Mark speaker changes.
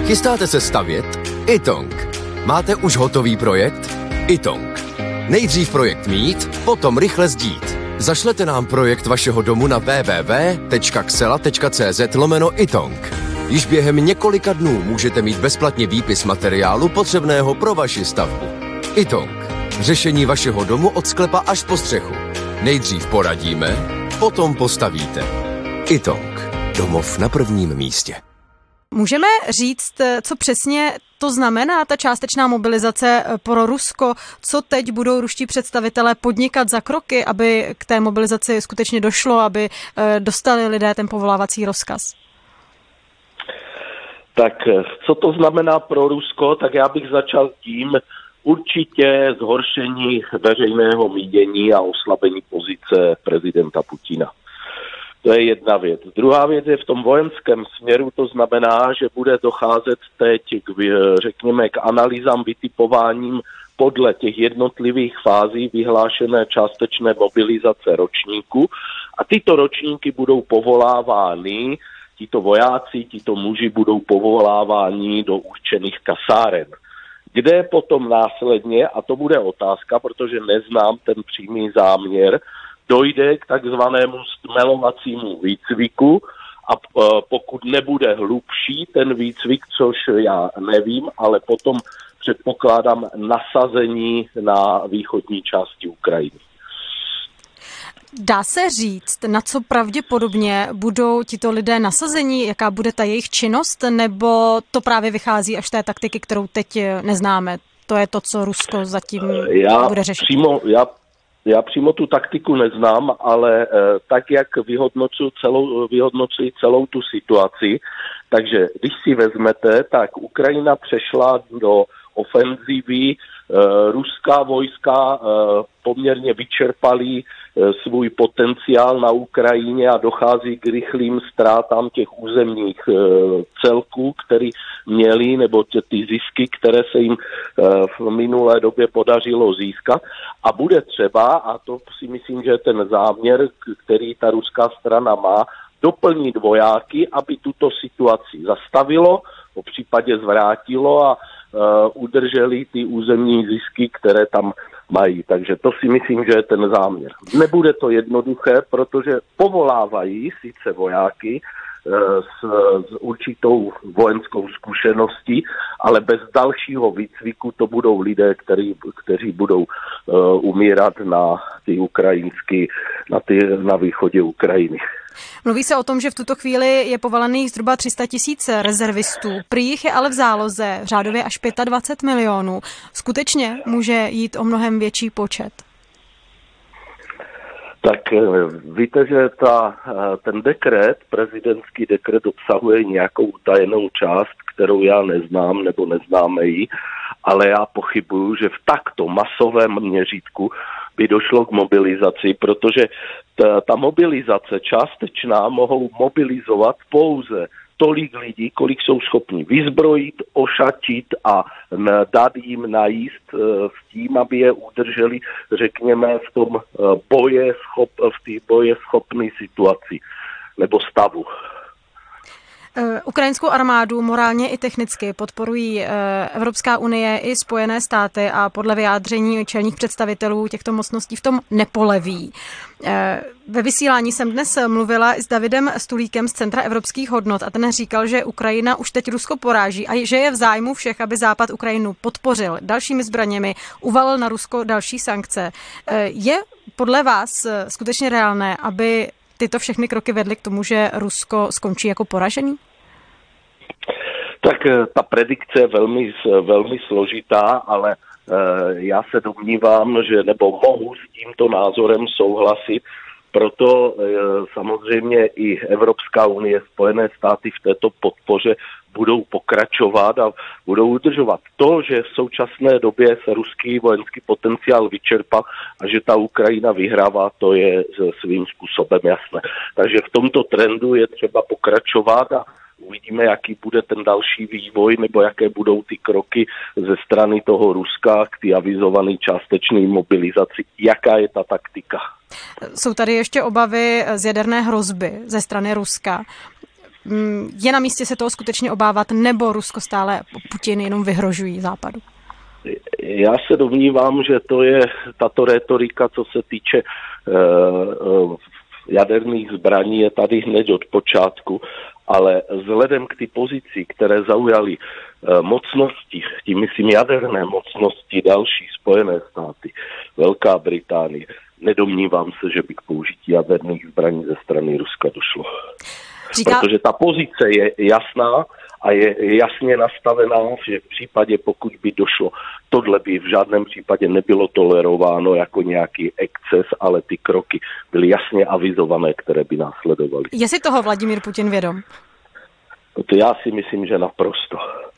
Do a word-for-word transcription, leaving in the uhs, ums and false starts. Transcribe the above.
Speaker 1: Chystáte se stavět? Itong. Máte už hotový projekt? Itong. Nejdřív projekt mít, potom rychle sdít. Zašlete nám projekt vašeho domu na w w w tečka xela tečka c z lomeno Itong. Již během několika dnů můžete mít bezplatně výpis materiálu potřebného pro vaši stavbu. Itong. Řešení vašeho domu od sklepa až po střechu. Nejdřív poradíme, potom postavíte. Itong. Domov na prvním místě.
Speaker 2: Můžeme říct, co přesně to znamená, ta částečná mobilizace pro Rusko? Co teď budou ruští představitelé podnikat za kroky, aby k té mobilizaci skutečně došlo, aby dostali lidé ten povolávací rozkaz?
Speaker 3: Tak co to znamená pro Rusko? Tak já bych začal tím, určitě zhoršení veřejného mínění a oslabení pozice prezidenta Putina. To je jedna věc. Druhá věc je v tom vojenském směru, to znamená, že bude docházet teď k, řekněme, k analýzám, vytipováním podle těch jednotlivých fází vyhlášené částečné mobilizace ročníků a tyto ročníky budou povolávány, tito vojáci, tito muži budou povoláváni do určených kasáren. Kde potom následně, a to bude otázka, protože neznám ten přímý záměr, dojde k takzvanému stmelovacímu výcviku a pokud nebude hlubší ten výcvik, což já nevím, ale potom předpokládám nasazení na východní části Ukrajiny.
Speaker 2: Dá se říct, na co pravděpodobně budou tito lidé nasazení, jaká bude ta jejich činnost, nebo to právě vychází až z té taktiky, kterou teď neznáme? To je to, co Rusko zatím
Speaker 3: já
Speaker 2: bude řešit.
Speaker 3: Přímo, já, já přímo tu taktiku neznám, ale eh, tak, jak vyhodnocuji celou, vyhodnocuji celou tu situaci, takže když si vezmete, tak Ukrajina přešla do ofenzivy, ruská vojska poměrně vyčerpaly svůj potenciál na Ukrajině a dochází k rychlým ztrátám těch územních celků, které měli, nebo ty zisky, které se jim v minulé době podařilo získat. A bude třeba, a to si myslím, že je ten záměr, který ta ruská strana má, doplnit vojáky, aby tuto situaci zastavilo, po případě zvrátilo a uh, udrželi ty územní zisky, které tam mají. Takže to si myslím, že je ten záměr. Nebude to jednoduché, protože povolávají sice vojáky uh, s, s určitou vojenskou zkušeností, ale bez dalšího výcviku to budou lidé, který, kteří budou uh, umírat na ty ukrajinský, na, ty, na východě Ukrajiny.
Speaker 2: Mluví se o tom, že v tuto chvíli je povalených zhruba tři sta tisíc rezervistů. Prý jich je ale v záloze řádově až dvacet pět milionů. Skutečně může jít o mnohem větší počet?
Speaker 3: Tak víte, že ta, ten dekret, prezidentský dekret obsahuje nějakou utajenou část, kterou já neznám nebo neznáme ji, ale já pochybuju, že v takto masovém měřítku by došlo k mobilizaci, protože ta, ta mobilizace částečná mohou mobilizovat pouze tolik lidí, kolik jsou schopni vyzbrojit, ošatit a dát jim najíst s tím, aby je udrželi, řekněme, v tom boje, schop, v té boje schopné situaci nebo stavu.
Speaker 2: Ukrajinskou armádu morálně i technicky podporují Evropská unie i Spojené státy a podle vyjádření čelních představitelů těchto mocností v tom nepoleví. Ve vysílání jsem dnes mluvila s Davidem Stulíkem z Centra evropských hodnot a ten říkal, že Ukrajina už teď Rusko poráží a že je v zájmu všech, aby Západ Ukrajinu podpořil dalšími zbraněmi, uvalil na Rusko další sankce. Je podle vás skutečně reálné, aby tyto všechny kroky vedly k tomu, že Rusko skončí jako poražený?
Speaker 3: Tak ta predikce je velmi, velmi složitá, ale já se domnívám, že nebo mohu s tímto názorem souhlasit, proto samozřejmě i Evropská unie, Spojené státy v této podpoře budou pokračovat a budou udržovat. To, že v současné době se ruský vojenský potenciál vyčerpal a že ta Ukrajina vyhrává, to je svým způsobem jasné. Takže v tomto trendu je třeba pokračovat a uvidíme, jaký bude ten další vývoj nebo jaké budou ty kroky ze strany toho Ruska k ty avizované částečné mobilizaci. Jaká je ta taktika?
Speaker 2: Jsou tady ještě obavy z jaderné hrozby ze strany Ruska. Je na místě se toho skutečně obávat, nebo Rusko stále Putin jenom vyhrožují Západu?
Speaker 3: Já se domnívám, že to je tato rétorika, co se týče uh, jaderných zbraní, je tady hned od počátku, ale vzhledem k ty pozici, které zaujaly uh, mocnosti, tím myslím jaderné mocnosti, další Spojené státy, Velká Británie, nedomnívám se, že by k použití jaderných zbraní ze strany Ruska došlo. Říká... Protože ta pozice je jasná a je jasně nastavená, že v případě, pokud by došlo, tohle by v žádném případě nebylo tolerováno jako nějaký exces, ale ty kroky byly jasně avizované, které by následovaly.
Speaker 2: Je si toho Vladimír Putin vědom?
Speaker 3: To já si myslím, že naprosto.